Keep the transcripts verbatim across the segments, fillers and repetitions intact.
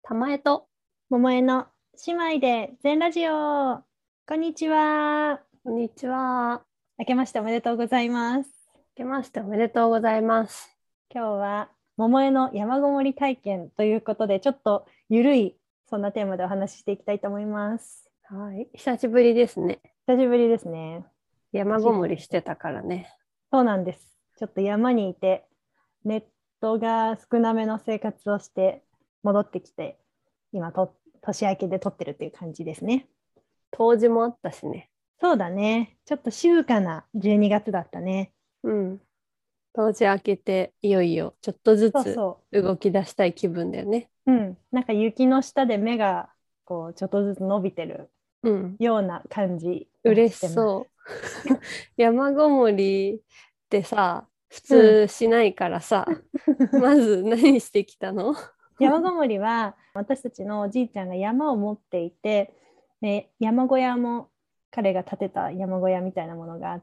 玉江と、 桃江の姉妹で全ラジオ。こんにちは。 こんにちは。 明けましておめでとうございます。 明けましておめでとうございます。 今日は桃江の山ごもり体験ということで、ちょっとゆるいそんなテーマでお話ししていきたいと思います。 はい。久しぶりですね。 久しぶりですね。 山ごもりしてたからね。 そうなんです。ちょっと山にいて、ネットが少なめの生活をして戻ってきて、今と年明けで撮ってるっていう感じですね。 冬至もあったしね。 そうだね。ちょっと静かなじゅうにがつだったね。 うん。冬至明けて、いよいよちょっとずつそうそ動き出したい気分だよね。 う。うん。なんか雪の下で目がこうちょっとずつ伸びてるうん。 ような感じが嬉してます。 しそう。山ごもりってさ、普うん。 通しないからさ、まず何してきたの？ 山ごもりは私たちのおじいちゃんが山を持っていて、で山小屋も彼が建てた山小屋みたいなものがあって、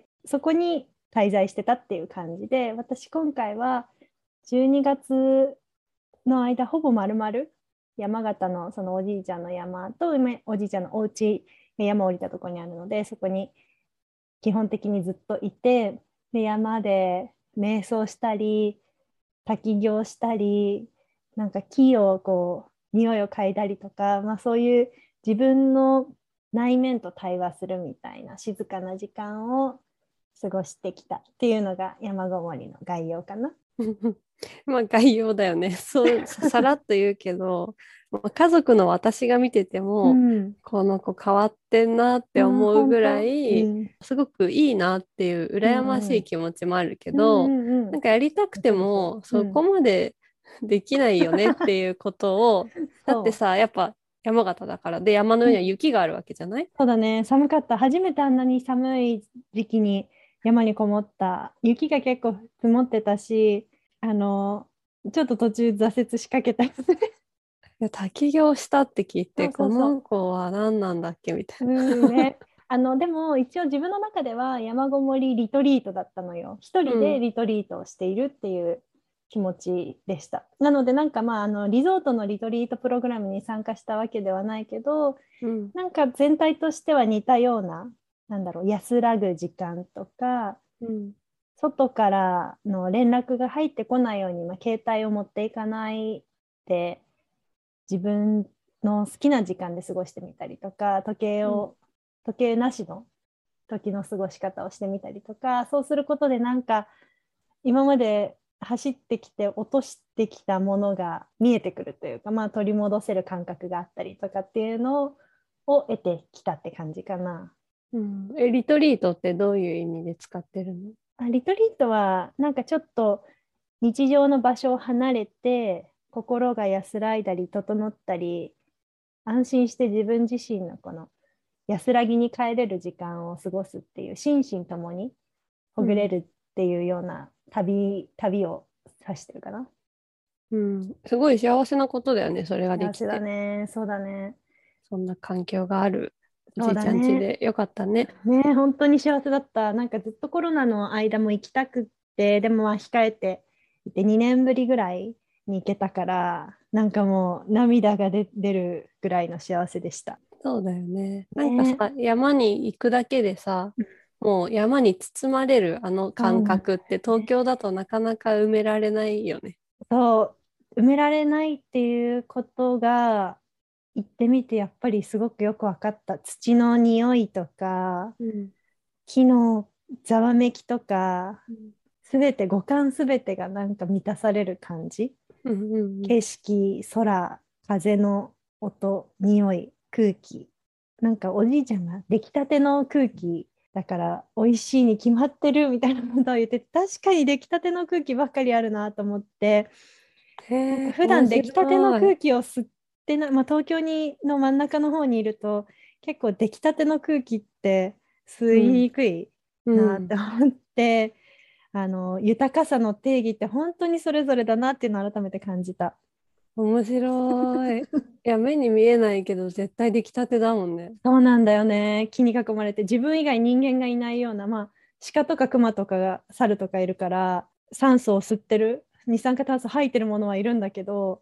そこに滞在してたっていう感じで、私今回はじゅうにがつの間ほぼ丸々山形のそのおじいちゃんの山とおじいちゃんのお家が山降りたところにあるので、そこに基本的にずっといて、で山で瞑想したり滝行したり、なんか木をこう匂いを嗅いだりとか、まあ、そういう自分の内面と対話するみたいな静かな時間を過ごしてきたっていうのが山ごもりの概要かな。 まあ概要だよね。そうさ、さらっと言うけど、まあ家族の私が見ててうも、 ん、 この子変わってんなってああ、 思うぐら本当、うい、 ん、 すごくいいなっていうう羨ましいん、 気持ちもあるけうん、 ど、 うん、うん、 なんかやりたくてそうでしょも、 う。うそこん、 までできないよねっていうことを、だってそう。 さ、やっぱ山形だから、で、山のうん、 上には雪があるわけじゃない？ そうだね、寒かった。初めてあんなに寒い時期に山にこもった。雪が結構積もってたし、あの、ちょっと途中挫折しかけたよね。 いや滝行したって聞いて、 そうそこうその子は何なんだっけみたいう。うんね。あの、でも一応自分の中では山ごもりリトリートだったのよ。一な。う人でん、 リトリートをしているっていう気持ちでした。なのでなんかまあ、あのリゾートのリトリートプログラムに参加したわけではないけど、 うん、 なんか全体としては似たような、なんだろう、安らぐ時間とか、 うん。 外からの連絡が入ってこないように、まあ、携帯を持っていかないで、自分の好きな時間で過ごしてみたりとか、時計うん。 を、時計なしの時の過ごし方をしてみたりとか、そうすることでなんか今まで走ってきて落としてきたものが見えてくるというか、まあ、取り戻せる感覚があったりとかっていうのを得てきたって感じかな。 うん、え、リトリートってどういう意味で使ってるの？ あ、リトリートはなんかちょっと日常の場所を離れて心が安らいだり整ったり安心して自分自身のこの安らぎに帰れる時間を過ごすっていう心身ともにほうん。 ぐれるっていうような旅、旅を指してるかな。 うん。すごい幸せなことだよね、それがで幸せだきて。 ね。そうだね。 そんな環境があるおそうじいちゃん家だね。 でよかったね。 ね、本当に幸せだった。なんかずっとコロナの間も行きたくって、でもまあ控えていてにねんぶりぐらいに行けたから、なんかもう涙が出、出るぐらいの幸せでした。 そうだよね。なんかね。 さ、山に行くだけでさ、もう山に包まれるあの感そうなんだ覚って東よね。 京だとなかなか埋められないよね。 そう、埋められないっていうことが行ってみてやっぱりすごくよく分かった。土の匂いとか、 うん。 木のざわめきとか、 うん。 すべて、五感すべてがなんか満たされる感じ。 うんうんうん。 景色、空、風の音、匂い、空気。なんかおじいちゃんが出来たての空気だから美味しいに決まってるみたいなことを言って、確かに出来たての空気ばっかりあるなと思って、 へなんかえ、 普段出面白来たての空い。 気を吸ってな、まあ、東京にの真ん中の方にいると結構出来たての空気って吸いうん。 にくいうなってん。 思って、あの豊かさの定義って本当にそれぞれだなっていうのを改めて感じた。 面白い。いや、目に見えないけど、絶対出来たてだもんね。 そうなんだよね。木に囲まれて自分以外人間がいないような、まあ、鹿とか熊とかが猿とかいるから酸素を吸ってる二酸化炭素吐いてるものはいるんだけど、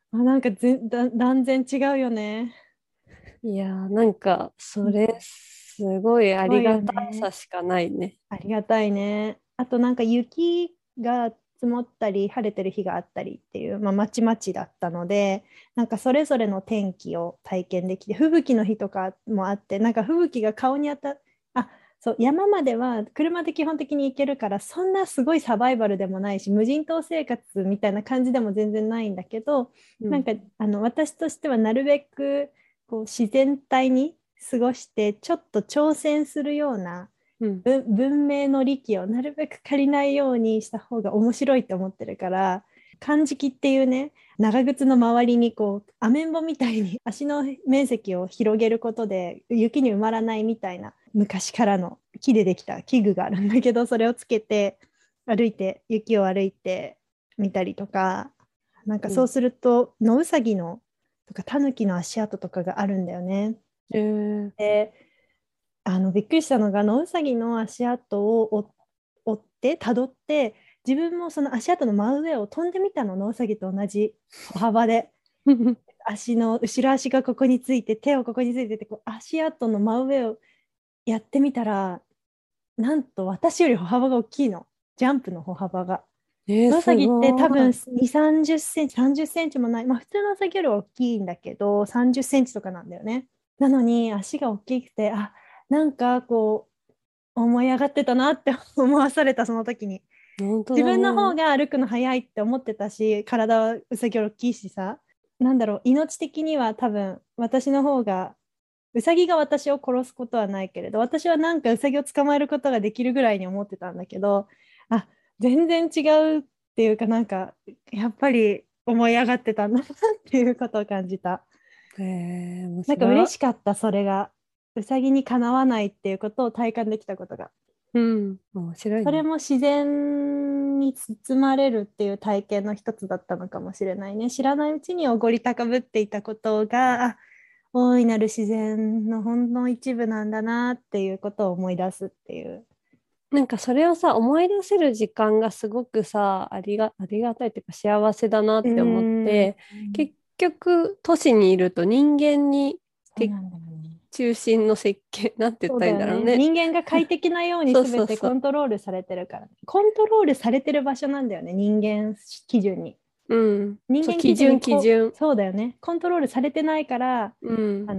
あ、なんかぜだ断然違うよね。 いやー、なんか、そうん、 れ、すごいあすごいよりがたね。 さしかないね。 ありがたいね。あとなんか雪が積もったり晴れてる日があったりっていう、まあ、まちまちだったので、なんかそれぞれの天気を体験できて、吹雪の日とかもあって、なんか吹雪が顔に当たっ、あ、そう山までは車で基本的に行けるから、そんなすごいサバイバルでもないし、無人島生活みたいな感じでも全然ないんだけど、 うん。 なんかあの私としてはなるべくこう自然体に過ごしてちょっと挑戦するようなうん。 文文明の利器をなるべく借りないようにした方が面白いって思ってるから、漢字機っていうね、長靴の周りにこうアメンボみたいに足の面積を広げることで雪に埋まらないみたいな昔からの木でできた器具があるんだけど、それをつけて歩いて雪を歩いてみたりとか、なんかうん。 そうすると野ウサギのとかタヌキの足跡とかがあるんだよね。 えー、 で、あのびっくりしたのが野ウサギの足跡を追追ってたどって、自分もその足跡の真上を飛んでみたの、野ウサギと同じ歩幅で。足の後ろ足がここについて手をここについてて、こう足跡の真上をやってみたら、なんと私より歩幅が大きいの、ジャンプの歩幅が。 えー、す野ウサギって多分ごい。 に、さんじゅっセンチ、さんじゅっセンチもない、まあ普通のウサギよりは大きいんだけど、さんじゅっセンチとかなんだよね。なのに足が大きくて、あ、なんかこう、思い上がってたなって思わされた、その時に。 本当自分の方だね。 が歩くの早いって思ってたし、体はウサギより大きいしさ、なんだろう、命的には多分私の方が、ウサギが私を殺すことはないけれど、私はなんかウサギを捕まえることができるぐらいに思ってたんだけど、あ、全然違うっていうか、なんか、やっぱり思い上がってたんだなっていうことを感じた。 えー、面なんか白い。 嬉しかった、それが。ウサギにかなわないっていうことを体感できたことが。 うん。面白いそれね。 も自然に包まれるっていう体験の一つだったのかもしれないね。知らないうちにおごり高ぶっていたことが、あ、大いなる自然のほんの一部なんだなっていうことを思い出すっていう。 なんかそれをさ、思い出せる時間がすごくさ、ありが、ありがたいっていうか幸せだなうって思っーん。 て、結局都市にいると人間にてそうなんだよね。 中心の設計、なんて言ったらいいんそうだよね。 だろうね。 人間が快適なようにそう全てそうそう。 コントロールされてるからね。コントロールされてる場所なんだよね。人間基準に。 うん。そう、 人間基準に基準、基こう、 準。 そうだよね。コントロールされてないから、 うん。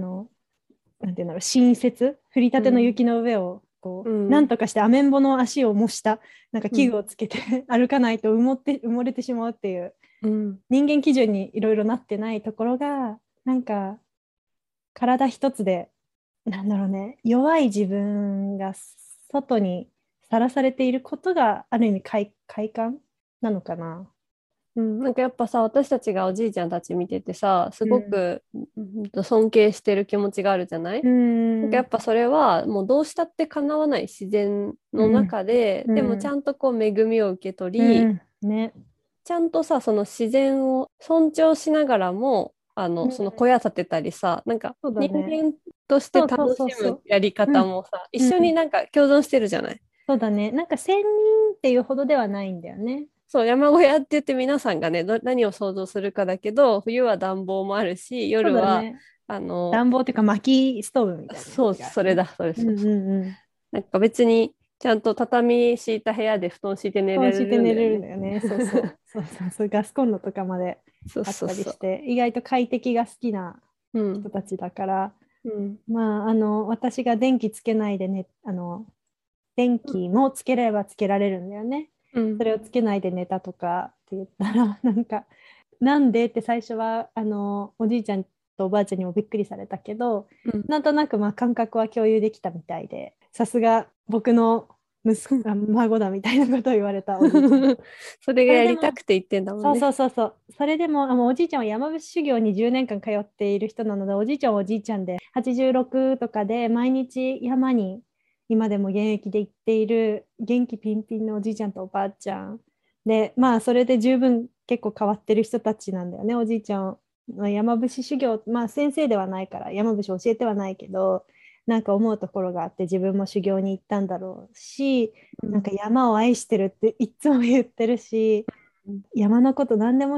あの、なんていうんだろう、新雪、降り立てのうん。 雪の上を、こう、なんうん。 とかしてアメンボの足を模したなんかうん。 器具をつけて歩かないと埋もって、埋もれてしまうっていう、 うん。 人間基準にいろいろなってないところが、なんか体一つで、なんだろうね、弱い自分が外にさらされていることがある意味快、快感なのかな。 うん、なんかやっぱさ、私たちがおじいちゃんたち見ててさ、すうん。 ごくうんと尊敬してる気持ちがあるじゃなうい？なんかやん。 っぱそれはもうどうしたって叶わない自然のうん。 中で、 うん。 でもちゃんとこう恵みを受け取り、 うん。ね。 ちゃんとさ、その自然を尊重しながらも、あの、 うん。 その小屋建てたりさ、なんかそうだね。 人間として楽そうそうそうしむそう。 やりうん。 方もさ、一うん。 緒になんか共存してるじゃない？ そうだね。なんか仙人っていうほどではないんだよね。 そう、山小屋って言って皆さんがね、ど何を想像するかだけど、冬は暖房もあるし、 そう夜は、 だね。 あの、 暖房っていうか薪ストーブみたいなやそう、 つがあるね。 それだ、それ、 うんそうそう。 うんうん。 なんか別に、ちゃんと畳敷いた部屋で布団敷いて寝布団れ敷いて寝れるんだよね。 るんだよね。そうそう。そうそうそう。ガスコンロとかまでそうあったりそうそう。 して、意外と快適が好きなうん。 人たちだから、 うん。 まあ、あの、私が電気つけないでね、あの、電気もつければつけられるんだよね。 うん。 それをつけないで寝たとかって言ったら、なんか、なんでって最初は、あの、おじいちゃんとおばあちゃんにもびっくりされたけど、 うん。 なんとなくまあ感覚は共有できたみたいで、さすが僕の息子、あ孫だみたいなことを言われたおじいちゃん。 それがやそれでも、 りたくて言ってんだもんそうそうね。 そうそう。それでも、あのおじいちゃんは山伏修行にじゅうねんかん通っている人なので、おじいちゃんはおじいちゃんで、はちじゅうろくとかで毎日山に今でも現役で行っている元気ピンピンのおじいちゃんとおばあちゃん。で、まあ、それで十分結構変わってる人たちなんだよね、おじいちゃん。まあ山伏修行、まあ先生ではないから山伏教えてはないけど、なんか思うところがあって自分も修行に行ったんだろうし、なんかうん。 山を愛してるっていつも言ってるし、山のこと何でも知っ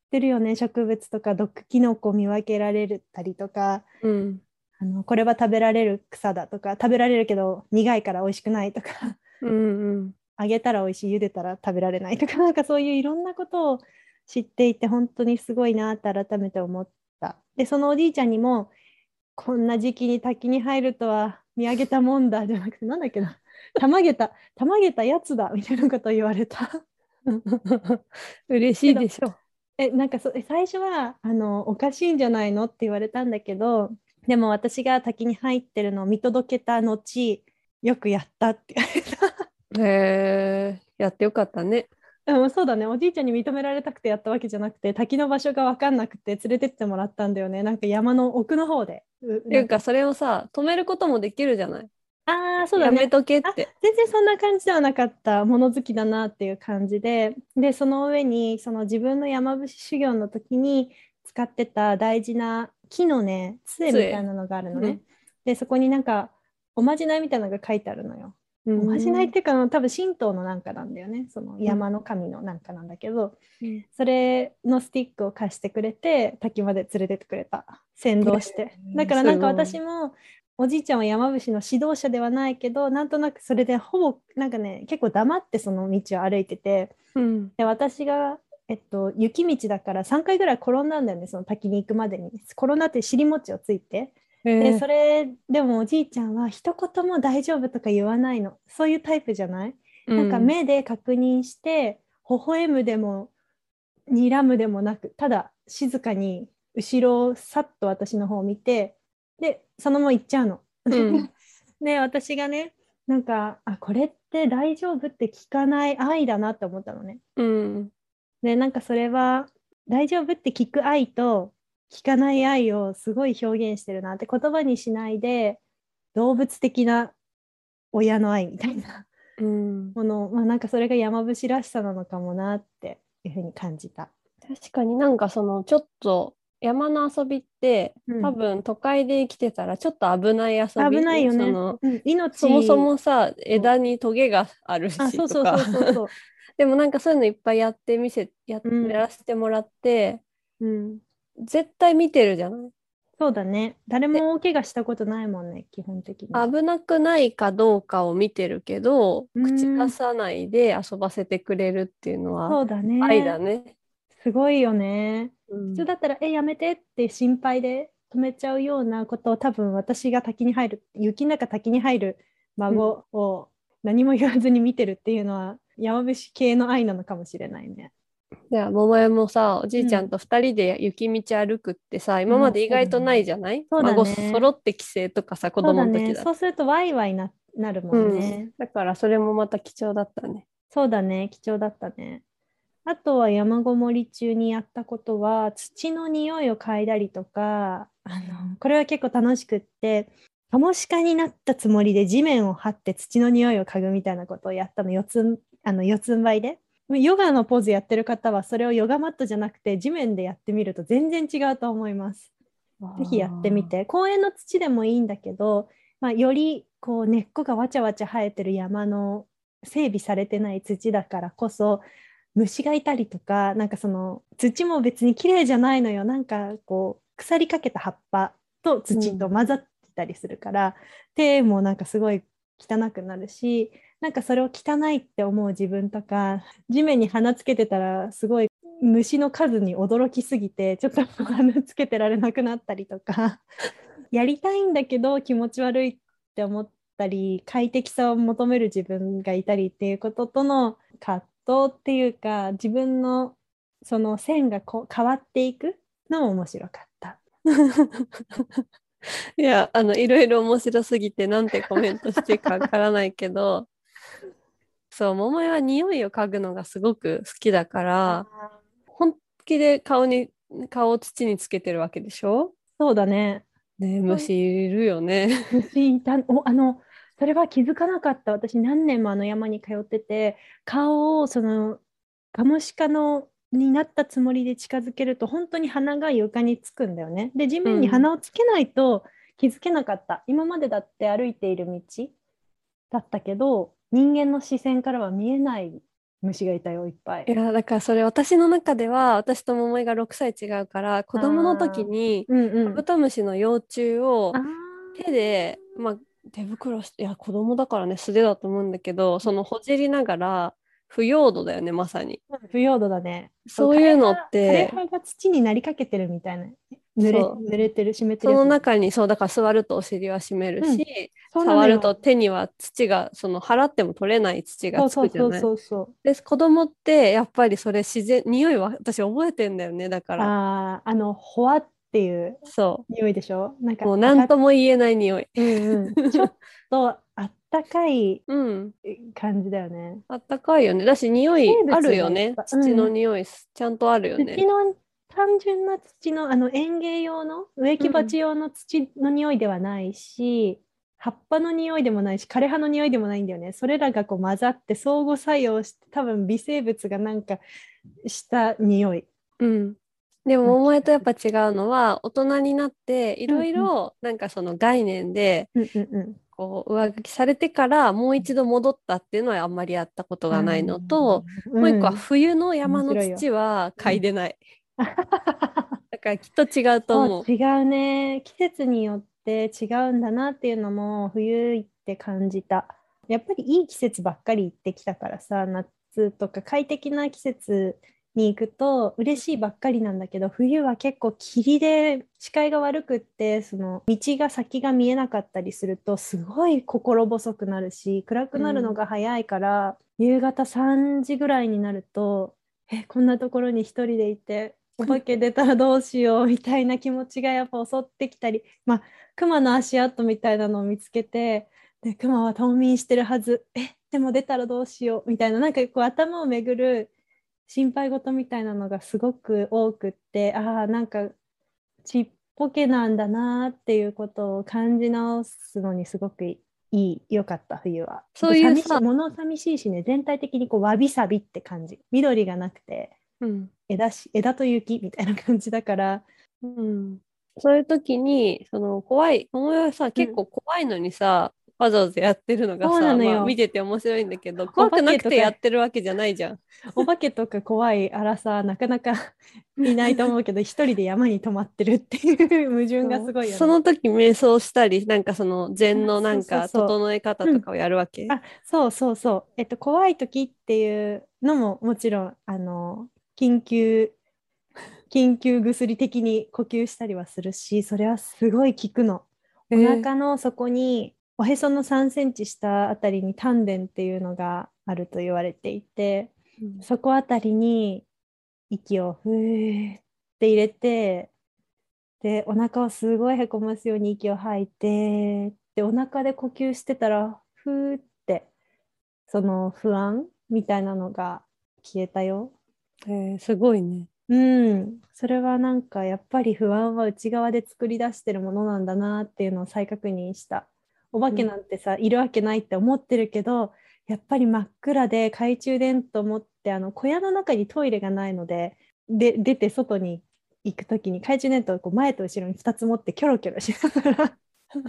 てるよね。植物とか毒キノコ見分けられたりとか、 うん。 あのこれは食べられる草だとか、食べられるけど苦いから美味しくないとか、 うんうん。 揚げたら美味しい、茹でたら食べられないとか、なんかそういういろんなことを知っていて、本当にすごいなって改めて思った。で、そのおじいちゃんにも、こんな時期に滝に入るとは見上げたもんだじゃなくて、なんだっけな、たまげた、たまげたやつだみたいなことを言われた。 嬉しけど、 いでしょ。 え、なんかそ最初はあのおかしいんじゃないのって言われたんだけど、でも私が滝に入ってるのを見届けた後、よくやったって言われた。 へえ、やってよかったね。 うん、そうだね。おじいちゃんに認められたくてやったわけじゃなくて、滝の場所が分かんなくて連れてってもらったんだよね。なんか山の奥の方で。うなんか、 っていうか、それをさ、止めることもできるじゃない。 ああ、そうだね。 やめとけっあ、 て。 全然そんな感じではなかった。物好きだなっていう感じで。で、その上に、その自分の山伏修行の時に使ってた大事な木のね、杖みたい杖。 なのがあるのね。 うん。 で、そこになんか、おまじないみたいなのが書いてあるのよ。 うおまじないっん。 ていうか、あの多分神道のなんかなんだよね。そのうん。 山の神のなんかなんだけど、 うん。 それのスティックを貸してくれて、滝まで連れてってくれた。先導して。だからなんかすごい。 私も、おじいちゃんは山伏の指導者ではないけど、なんとなくそれでほぼ、なんかね、結構黙ってその道を歩いてて、 うん。 で、私が、えっと、雪道だからさんかいぐらい転んだんだよね、その滝に行くまでに。転んだって尻餅をついて。で、そえー、 れでもおじいちゃんは一言も大丈夫とか言わないの。そういうタイプじゃない？なんかうん。 目で確認して、微笑むでも睨むでもなく、ただ静かに後ろをさっと私の方を見て、で、そのまま行っちゃうの。 うん。 で、私がね、なんか、あ、これって大丈夫って聞かない愛だなって思ったのね。 うん。 で、なんかそれは、大丈夫って聞く愛と聞かない愛をすごい表現してるなって、言葉にしないで、動物的な親の愛みたいなうん。 もの、まあ、なんかそれが山伏らしさなのかもなっていうふうに感じた。 確かになんかそのちょっと山の遊びって多うん。 分都会で生きてたらちょっと危ない遊危び、 ないよね。 そのうん。 そもそ命もさを。 枝にトゲがあるあ、 しとかそうそうそうそうそでもなんかそういうのいっぱいやってみせや、 う。うん。 やらせてもらってうん。 絶対見てるじゃない。 そうだね。誰で、 も大怪我したことないもんね、基本的に。 危なくないかどうかを見てるけどう口出ーん。 さないで遊ばせてくれるっていうのはそうだ愛だね。 ね。 すごいよね。普通うん。 だったら、え、やめてって心配で止めちゃうようなことを多分私が滝に入る、雪の中滝に入るうん。 孫を何も言わずに見てるっていうのは山伏系の愛なのかもしれないね。 じゃあ、桃江もさ、おじいちゃんうん。 と二人で雪道歩くってさ、今まああ、 で意そうだね。 外とないじゃない。 そうだ孫揃ね。 って帰省とかさ、子供そうだね。 の時だと。 そうするとワイワイな、なるもんうん。 ね。 だからそれもまた貴重だったね。 そうだね。貴重だったね。あとは山ごもり中にやったことは、土の匂いを嗅いだりとか、あの、これは結構楽しくって、カモシカになったつもりで地面を張って土の匂いを嗅ぐみたいなことをやったの、四つん、あの四つん這いで。ヨガのポーズやってる方は、それをヨガマットじゃなくて地面でやってみると全然違うと思います。ぜひやってみあて。公園の土でもいいんだけど、まあ、よりこう根っこがわちゃわちゃ生えてる山の整備されてない土だからこそ、虫がいたりとか、なんかその土も別に綺麗じゃないのよ。なんかこう腐りかけた葉っぱとうん。 土と混ざってたりするから、手もなんかすごい汚くなるし、なんかそれを汚いって思う自分とか、地面に鼻つけてたらすごい虫の数に驚きすぎて、ちょっと鼻つけてられなくなったりとか、やりたいんだけど気持ち悪いって思ったり、快適さを求める自分がいたりっていうこととの葛藤っていうか、自分のその線がこう変わっていくのも面白かった。 いや、あの、いろいろ面白すぎてなんてコメントしていいかわからないけど、そう、桃江は匂いを嗅ぐのがすごく好きだかあら、 ー、 本気で顔に、顔を土につけてるわけでしょ。 そうだね。 ね、 そう、 虫いるよね。 虫いた、お、あの、それは気づかなかった。私何年もあの山に通ってて、顔をそのカモシカのになったつもりで近づけると本当に鼻が床につくんだよね。で、地面にうん。 鼻をつけないと気づけなかった。今までだって歩いている道だったけど、人間の視線からは見えない虫がいたよ、いっぱい。 いや、だからそれ私の中では、私と桃井がろくさい違うから、子供の時ああ、 にうんうん。 カブトムシの幼虫をああ、 手で、まあ、手袋して、いや、子供だからね、素手だと思うんだけど、そのほじりながら、腐葉土だよね、まさに。 腐葉土だね。そう、枯れそういうのっ葉、枯れて、 葉が土になりかけてるみたいな。濡れ、 そう、 濡れてる、湿ってそのるやつね。 中に、そう、だから座るとお尻は締めるうん、 し、 そうなの触るとよ。 手には土が、その払っても取れない土がそうつそうそうくじゃない。 そうそう。 で、子供ってやっぱりそれ自然、匂いは私覚えてんだよね、だから。 ああ、あの、ほわっていうそ匂いでしょ？なんう。 か、 もう何赤、 とも言えない匂い。 うんうん。ちょっとあったかいうん。 感じだよね。 あったかいよね。だし匂い生ある物がいっよね。 ぱい。 土うん。 の匂いちゃんとあるよね。 土の、単純な土の、あの園芸用の、植木うん。 鉢用の土の匂いではないし、葉っぱの匂いでもないし、枯れ葉の匂いでもないんだよね。それらがこう混ざって相互作用して、多分微生物がなんかした匂いうん。でも、 な気桃江とやっぱ違がする。 うのは、大人になって、いろいうんうんろ、なんかその概念で、 うんうんうん。 こう、上書きされてから、もう一度戻ったっていうのはあんまりやったことあがないのと、 ーもう一個はうん。 冬の山の面白いよ。 土はうん。 嗅いでない。だからきっと違うとそう、 思う。 違うね。季節によって違うんだなっていうのも冬行って感じた。やっぱりいい季節ばっかり行ってきたからさ、夏とか快適な季節に行くと嬉しいばっかりなんだけど、冬は結構霧で視界が悪くって、その道が先が見えなかったりすると、すごい心細くなるし、暗くなるのうん。 が早いから、夕方さんじぐらいになると、え、こんなところに一人でいて、お化け出たらどうしようみたいな気持ちがやっぱ襲ってきたり、まあ、熊の足跡みたいなのを見つけて、で、熊は冬眠してるはず、え、でも出たらどうしようみたいな、なんかこう頭を巡る心配事みたいなのがすごく多くって、ああ、なんかちっぽけなんだなっていうことを感じ直すのにすごくいい、良かった、冬は。あそと寂しい、 ういうさ、 物寂しいしね、全体的にこうわびさびって感じ。緑がなくて、 うん。 枝し、枝と雪みたいな感じだから、 うん。そういう時に、その怖い、お前はさ、 うん、 結構怖いのにさ、わざわざやってるのがそうなさ、まあ見のよ。 てて面白いんだけど、 お怖くなくてや化けとか、 ってるわけじゃないじゃん。 お化けとか怖い荒さ、なかなかいないと思うけど、一人で山に泊まってるっていう矛盾がそうすごいよね。 その時瞑想したり、なんかその禅あ、 のなそうんかそうそ整え方う。うん。 とかをやるわけ。 あ、そうそうそう。えっと、怖い時っていうのももちろん、あの、緊急、緊急薬的に呼吸したりはするし、それはすごい効くの。おえー、 腹の底に、おへそのさんセンチ下あたりに丹田っていうのがあると言われていて、 うん。 そこあたりに息をふーって入れて、で、お腹をすごいへこますように息を吐いて、で、お腹で呼吸してたら、ふーって、その不安みたいなのが消えたよ。 えーすごいね。 うん。それはなんか、やっぱり不安は内側で作り出してるものなんだなっていうのを再確認した。お化けうん。 なんてさ、いるわけないって思ってるけど、やっぱり真っ暗で懐中電灯持って、あの小屋の中にトイレがないので、で、出て外に行くときに懐中電灯をこう前と後ろにふたつ持ってキョロキョロしながら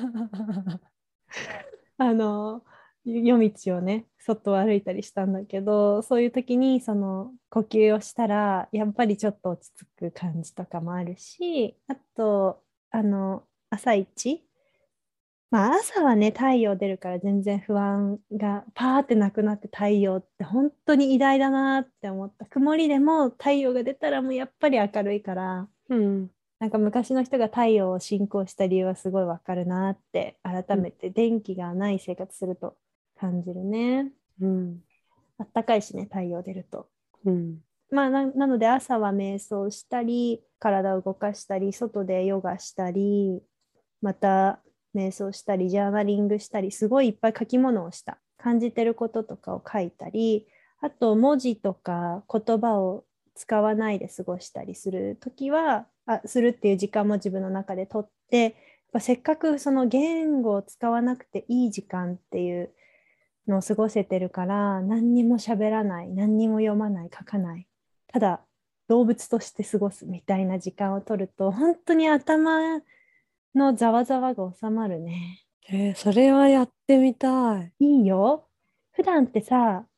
あの夜道をね、外を歩いたりしたんだけど、そういう時にその呼吸をしたらやっぱりちょっと落ち着く感じとかもあるし、あとあの朝一、まあ朝はね、太陽出るから全然不安がパーってなくなって、太陽って本当に偉大だなって思った。曇りでも太陽が出たらもうやっぱり明るいから、 うん。 なんか昔の人が太陽を信仰した理由はすごいわかるなって改めて電気がない生活すると感じるね。 うん。 あったかいしね、太陽出ると。 うん。 まあな、なので朝は瞑想したり、体を動かしたり、外でヨガしたり、また瞑想したり、ジャーナリングしたり、すごいいっぱい書き物をした。感じてることとかを書いたり、あと文字とか言葉を使わないで過ごしたりするときは、あ、するっていう時間も自分の中で取って、やっぱせっかくその言語を使わなくていい時間っていうのを過ごせてるから、何にも喋らない、何にも読まない、書かない。ただ動物として過ごすみたいな時間を取ると、本当に頭のざわざわが収まるね。 えーそれはやってみたい。 いいよ。普段ってさ、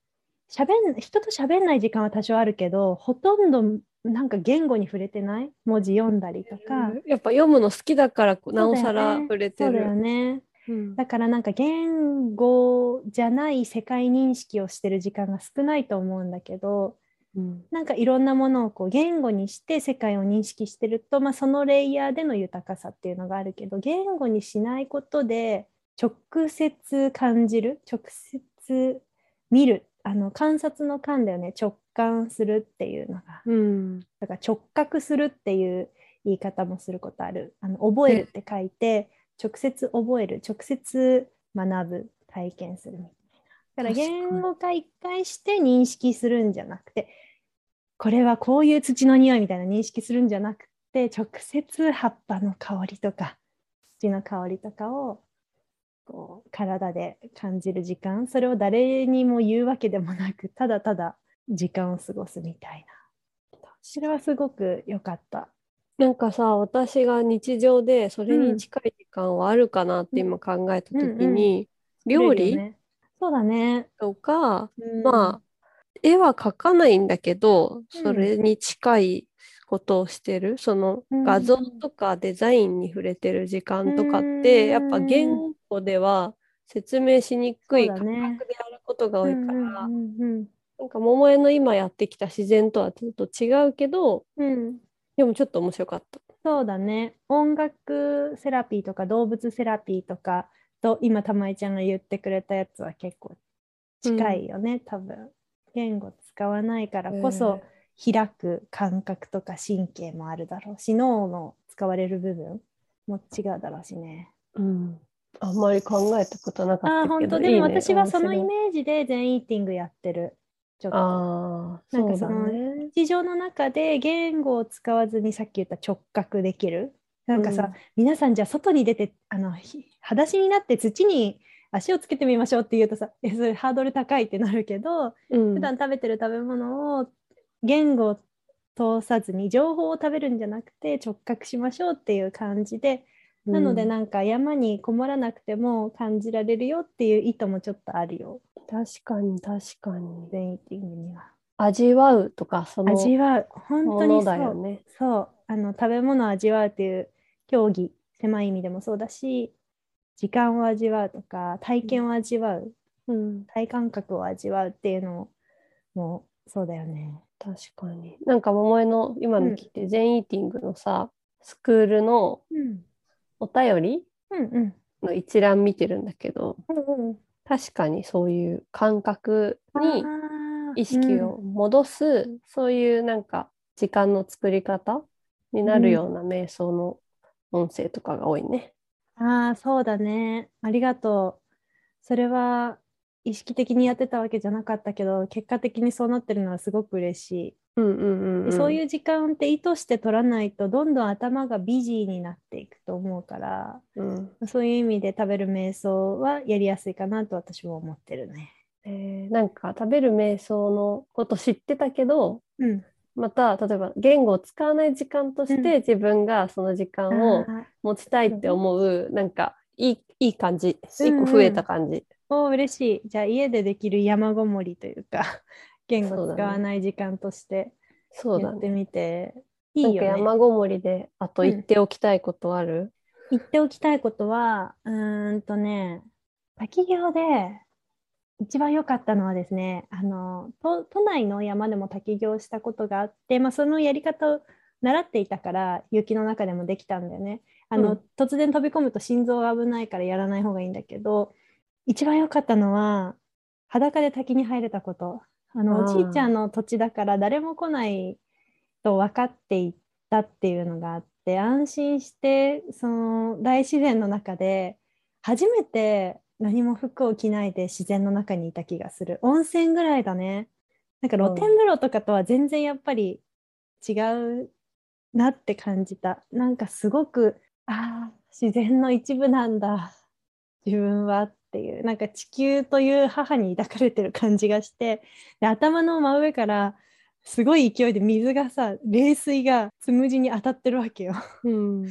しゃべん人と喋んない時間は多少あるけど、ほとんどなんか言語に触れてない。文字読んだりとか。 やっぱ読むの好きだからなおそうだよね。 さら触れてそうだよる。 ね。 うん、 だからなんか言語じゃない世界認識をしてる時間が少ないと思うんだけど、 うん、 なんかいろんなものをこう言語にして世界を認識してると、まあ、そのレイヤーでの豊かさっていうのがあるけど、言語にしないことで直接感じる、直接見る、あの観察の観だよね、直感するっていうのが。 うん。 だから直覚するっていう言い方もすることある。あの覚えるえ、 って書いて、直接覚える、直接学ぶ、体験するみたいな。だから確かに。 言語化一回して認識するんじゃなくて、これはこういう土の匂いみたいな認識するんじゃなくて、直接葉っぱの香りとか土の香りとかをこう体で感じる時間、それを誰にも言うわけでもなく、ただただ時間を過ごすみたいな。それはすごく良かった。 なんかさ、私が日常でそれにうん、 近い時間はあるかなっうん、 て今考えたとうんうん。 きに、 取れ料理るよね。そうだね。 とか、 うん、 まあ、絵は描かないんだけど、そうん、 れに近いことをしてる、そのうん、 画像とかデザインに触れてる時う間とかって、やっぱ言ん、 語では説明しにくそうい感だね。 覚でやることが多いかうん、うん、 ら、 うん、 なんか桃江の今やってきた自然とはちょっと違うけど、 うん。うん、 でもちょっと面白かった。 そうだね。音楽セラピーとか動物セラピーとかと今玉井ちゃんが言ってくれたやつは結構近うん。 いよね、多分。言語使わないからえこそー開く感覚とか神経もあるだろうし、脳の使われる部分も違うだろうしね。 うん。あんまり考えたことなかっああ、 たけど、 本当。でもいいね。 私はそのイ面白い。 メージで全イーティングやってる。ちょっと。 ああ、 なんかそうだそのね。 日常の中で言語を使わずにさっき言った直覚できる。なんかさ、 うん。 皆さんじゃあ外に出て、あの、ひ裸足になって土に足をつけてみましょうって言うとさ、え、それハードル高いってなるけど、 うん。 普段食べてる食べ物を言語を通さずに情報を食べるんじゃなくて直覚しましょうっていう感じで、なのでうん。 なんか山にこもらなくても感じられるよっていう意図もちょっとあるよ。 確かに、確かに。 全イーティングには。 味わうとか、その味わう。本当にものだそう。 よね。 そう。あの、食べ物を味わうっていう競技、狭い意味でもそうだし、時間を味わうとか、体うん。 験を味わう、 うん。 体感覚を味わうっていうのも、もう、そうだよね。 確かに。なんか、桃江の今うん。 の聞いて、全イーティングのさ、スクールのうん。 お便りうんうん。 の一覧見てるんだけど、 うんうん。 確かにそういう感覚あにあ、 意うん。 識を戻す、そういうなんか時間の作り方になるよううん。 な瞑想の音声とかが多いね。 ああ、そうだね。ありがとう。それは意識的にやってたわけじゃなかったけど、結果的にそうなってるのはすごく嬉しい。 うんうんで、 うんうん。 そういう時間って意図して取らないと、どんどん頭がビジーになっていくと思うから、 うん。 そういう意味で食べる瞑想はやりやすいかなと私は思ってるね。 えーなんか食べる瞑想のこと知ってたけど、 うん。 また例えば言語を使わない時間とうん。 して自分がその時あ間をあ、 持ちたいってそうね。 思う、なんかいい、いい感じ。 う一個増えんうん。 た感じ。 おー、嬉しい。じゃあ家でできる山ごもりというか、言語使わそうだね。 ない時間としてそうだね。 やってみていなんかいよね。 山ごもりであと言っうん。 ておきたいことある？ 言っておきたいことは、うーんとね、滝行で一番良かったのはですね、あの、都、都内の山でも滝行したことがあって、まあ、そのやり方を習っていたから、雪の中でもできたんだよね。あの、 うん。 突然飛び込むと心臓が危ないからやらない方がいいんだけど、一番良かったのは、裸で滝に入れたこと。ああの、おじいちゃんあ。 の土地だから誰も来ないと分かっていたっていうのがあって、安心してその大自然の中で初めて何も服を着ないで自然の中にいた気がする。温泉ぐらいだね。なんか露天うん。 風呂とかとは全然やっぱり違うなって感じた。なんかすごく、ああ、自然の一部なんだ、自分はっていう、なんか地球という母に抱かれてる感じがして、で、頭の真上からすごい勢いで水がさ、冷水がつむじに当たってるわけよ。 うん。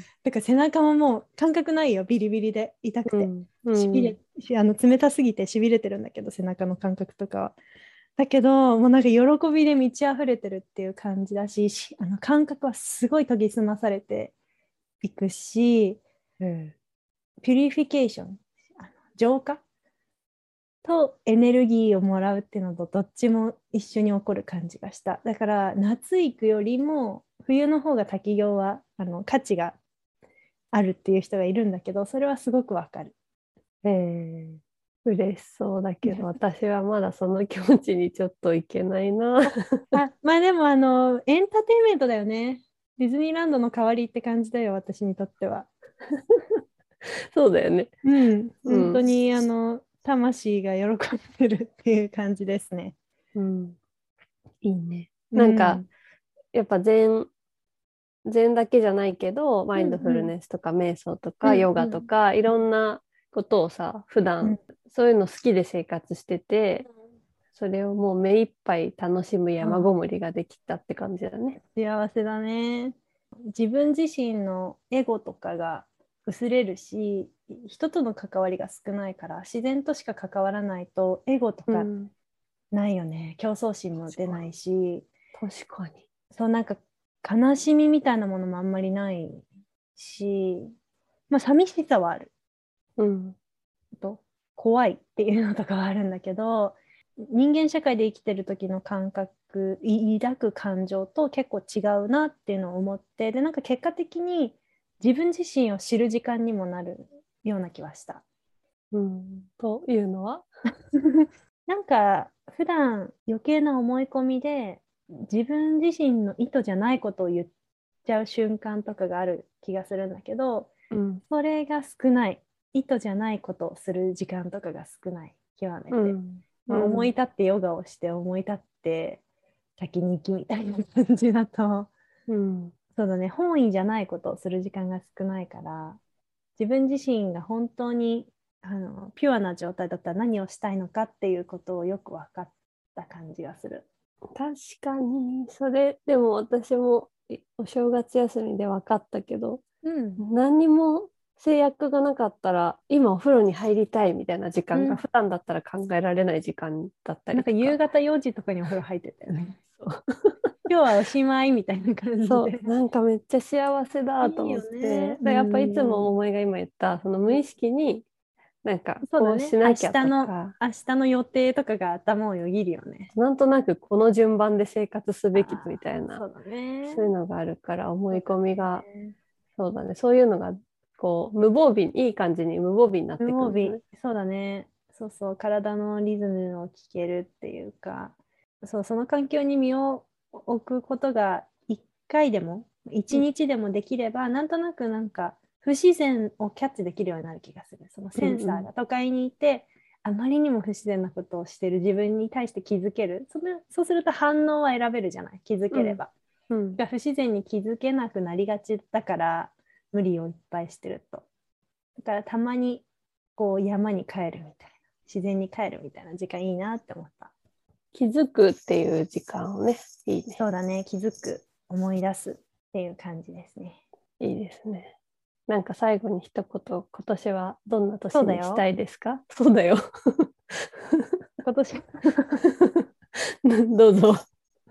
だから背中ももう感覚ないよ、ビリビリで痛くて。 うん。うしびれ、 ん。 しあの冷たすぎてしびれてるんだけど、背中の感覚とかは。 だけどもうなんか喜びで満ち溢れてるっていう感じだし、しあの感覚はすごい研ぎ澄まされていくし、 うん。 ピュリフィケーション、あの浄化とエネルギーをもらうっていうのとどっちも一緒に起こる感じがした。だから夏行くよりも冬の方が滝行はあの価値があるっていう人がいるんだけど、それはすごくわかる。 えー、嬉しそうだけど、私はまだその気持ちにちょっといけないな。 あ、まあでもあのエンターテインメントだよね。ディズニーランドの代わりって感じだよ、私にとっては。 そうだよね。 うん、 うん。 本当にあの魂が喜んでるっていう感じですね。 うん。いいね。なんか、 うん。 やっぱ禅、禅だけじゃないけど、マうんインドフルうんネスとか瞑想とうかヨガとんうんか、いろんなことをさ、普段、 うん。 そういうの好きで生活してて、それをもう目いっぱい楽しむ山ごあ、 もりができたって感じだね。 幸せだね。自分自身のエゴとかが薄れるし、人との関わりが少ないから自然としか関わらないとエゴとかうん。 ないよね。競争心も出確かないし、 に。確かに。 そうなんか悲しみみたいなものもあんまりないし、まあ寂しさはあるうん。 と、怖いっていうのとかはあるんだけど、人間社会で生きてる時の感覚、い抱く感情と結構違うなっていうのを思って、でなんか結果的に自分自身を知る時間にもなるような気はした。 うん。というのは。 なんか普段余計な思い込みで自分自身の意図じゃないことを言っちゃう瞬間とかがある気がするんだけど、 うん。 それが少ない。意図じゃないことをする時間とかが少ない。極めて。 うん。うまあ、思いん。 立ってヨガをして思い立って先に行きみたいな感じだと、 うん。 そうだね、本意じゃないことをする時間が少ないから、自分自身が本当にあのピュアな状態だったら何をしたいのかっていうことをよく分かった感じがする。 確かに、それ、でも私もいお正月休みで分かったけど、 うん。 何にも制約がなかったら、今お風呂に入りたいみたいな時間がうん。 普段だったら考えられない時間だったなんか夕りとか。 方よじとかにお風呂入ってたよね。 そう、 今日はおしまいみたいな感じそうで。 なんかめっちゃ幸せいだと思っいよね。 て、 うでやっぱいつもん。 桃井が今言った、その無意識になんかこうそうだね。明しなきゃ日の、 とか、 明日の予定とかが頭をよぎるよね。 なんとなくこの順番で生活すべきみああ、 たいな、 そうだね。 そういうのがあるから思いそうだ込みが、 ね。 そうだね、そういうのがこう無防備、いい感じに無防備になっていく無防備。 んだね。 そうだね。そうそう。体のリズムを聞けるっていうか、そう、その環境に身を置くことがいっかいでも、1 うん、 日でもできれば、なんとなくなんか不自然をキャッチできるようになる気がする。そのセンサーうん、 が都会にいて、あまりにも不自然なことをしてる自分に対して気づける。そのそうすると反応は選べるじゃない。気づうん、 ければ。 うん。 が不自然に気づけなくなりがちだから、無理をいっぱいしてると。だからたまにこう山に帰るみたいな、自然に帰るみたいな時間いいなって思った。 気づくっていう時間をね、いいね。 そうだね、気づく、思い出すっていう感じですね。 いいですね。なんか最後に一言、今年はどんな年にしたそうだよ。 いですか？そうだよ。 今年どうぞ。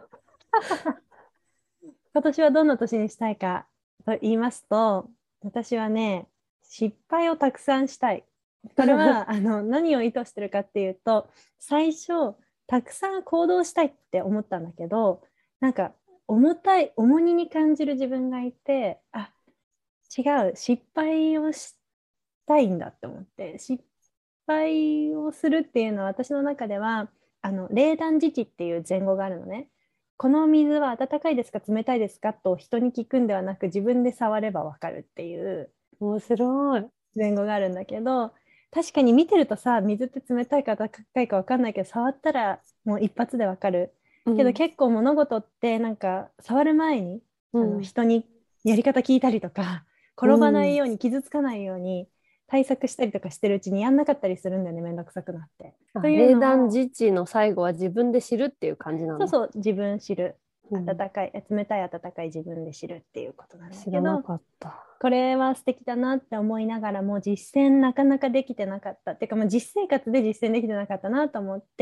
今年はどんな年にしたいかと言いますと、私はね、失敗をたくさんしたい。これはあの何を意図してるかっていうと、最初たくさん行動したいって思ったんだけど、なんか重たい、重荷に感じる自分がいて、あ、違う、失敗をしたいんだって思って、失敗をするっていうのは私の中では、あの冷暖自治っていう前後があるのね。この水は温かいですか冷たいですかと人に聞くんではなく、自分で触ればわかるっていう面白い。 前後があるんだけど、確かに見てるとさ、水って冷たいか温かいかわかんないけど、触ったらもう一発でわかる。けどうん、 結構物事ってなんか触る前にあのうん、 人にやり方聞いたりとか、 う転ばないん。 ように傷つかないように対策したりとかしてるうちにやんなかったりするんだよね、めんどくさくなって。とあ、 いう冷のを、 暖自治の最後は自分で知るっていう感じなんだ。 そうそう、自分知る。 うん、 温かい、冷たい温かい自分で知るっていうことなんだ知けど、 らなかった。 これは素敵だなって思いながらも実践なかなかできてなかったっていうか、まあ、実生活で実践できてなかったなと思って、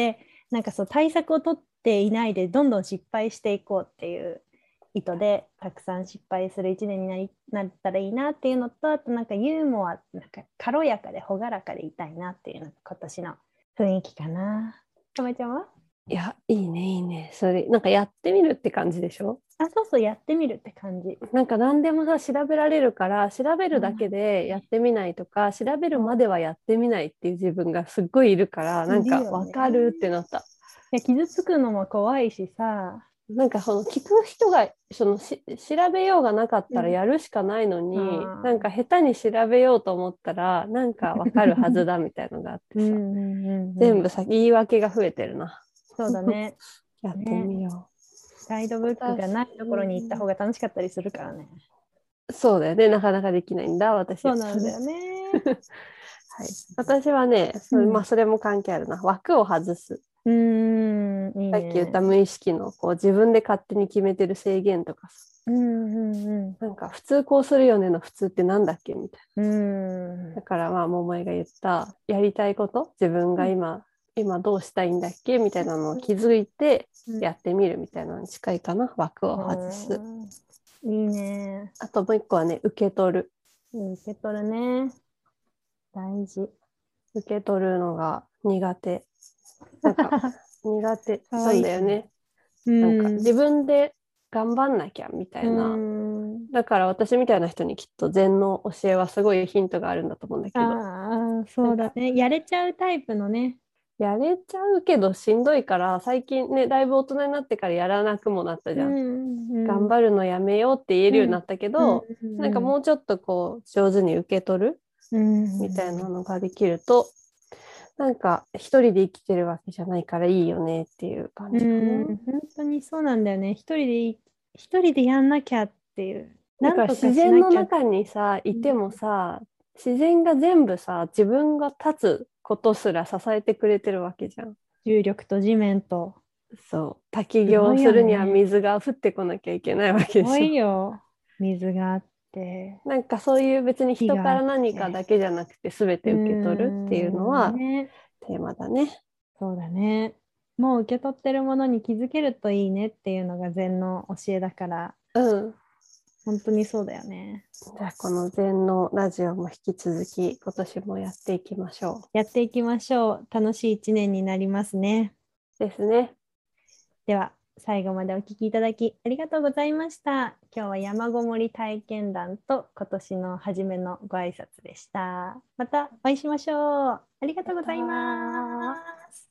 なんかそう対策を取っていないでどんどん失敗していこうっていう意図でたくさん失敗する一年になりなったらいいなっていうのと、あとなんかユーモア、なんか軽やかで朗らかでいたいなっていうのが今年の雰囲気かな。かまちゃんは？ いや、いいね、いいね。それ、なんかやってみるって感じでしょ？ あ、そうそう、やってみるって感じ。 なんか何でもさ、調べられるから、調べるだけでやってみないとか、調べるまではやってみないっていう自分がすっごいいるから、なんかいるよね。 わかるってなった。 いや、傷つくのも怖いしさ。 なんかその聞く人がそのし調べようがなかったらうん。 やるしかないのに、なんかあ下手に調べようと思ったらなんかわかるはずだみたいのがあっーうんてさ、 うんうんうん。 全部さ言い訳が増えてるな。 そうだね。 やってね。 みよガイドブう。 ックが私、 ないところに行った方が楽しかったりするからね。 そうだよね、なかなかできないんだ私は。 そうなんだよね。 はい、私はねそれ、まあ、それも関係あるな。枠を外す。 うん、うーん、いいさっき言ったね。 無意識のこう自分で勝手に決めてる制限とかさ、 うんうんうなんか普通こうするよねの普通ってなんだっけみたいな。 ん。うん。 だからまあ桃江が言ったやりたいこと自分が今、今どうしたいんだっけみたいなのを気づいてやってみるみたいなのに近いかな。枠を外す。 うん、いいね。 あともう一個はね、受け取る。 受け取るね。大事。 受け取るのが苦手。なんか苦手なんかわいい。 だよね。 うなんかん。 自分で頑張んなきゃみたういな。 ん。 だから私みたいな人にきっと禅の教えはすごいヒントがあるんだと思うんだけど、 ああ、 なんかそうだね。やれちゃうタイプのね。 やれちゃうけどしんどいから最近ね、だいぶ大人になってからやらなくもなったうじゃん。 ん。うん。 頑張るのやめようって言えるようになったけうん。 ど、なんかうん。 もうちょっとこう上手に受け取るうん。 みたいなのができると、なんか一人で生きてるわけじゃないからいいよねっていう感うじかな。 ん。本当にそうなんだよね。一人でいい、一人でやんなきゃっていう。 だからなんとか自然しなきゃ。 の中にさ、いうん、 てもさ、自然が全部さ、自分が立つことすら支えてくれてるわけじゃん。 重力と地面と。 そう。滝すごい行するにはよね。 水が降ってこなきゃいけないわすごけでしょ。 いよ。水があって、 なんかそういう別に人か木があっら何かて。 だけじゃなくて全うーて受け取るっていうのはん、ね。 テーマだね。 そうだね。もう受け取ってるものに気づけるといいねっていうのが禅の教えだから、 うん。 本当にそうだよね。 じゃあこの禅のラジオも引き続き今年もやっていきましょやっていきましょう。楽しい一年になりますね。 う。ですね。 では、最後までお聞きいただきありがとうございました。今日は山ごもり体験談と今年の初めのご挨拶でした。またお会いしましょう。ありがとうございます。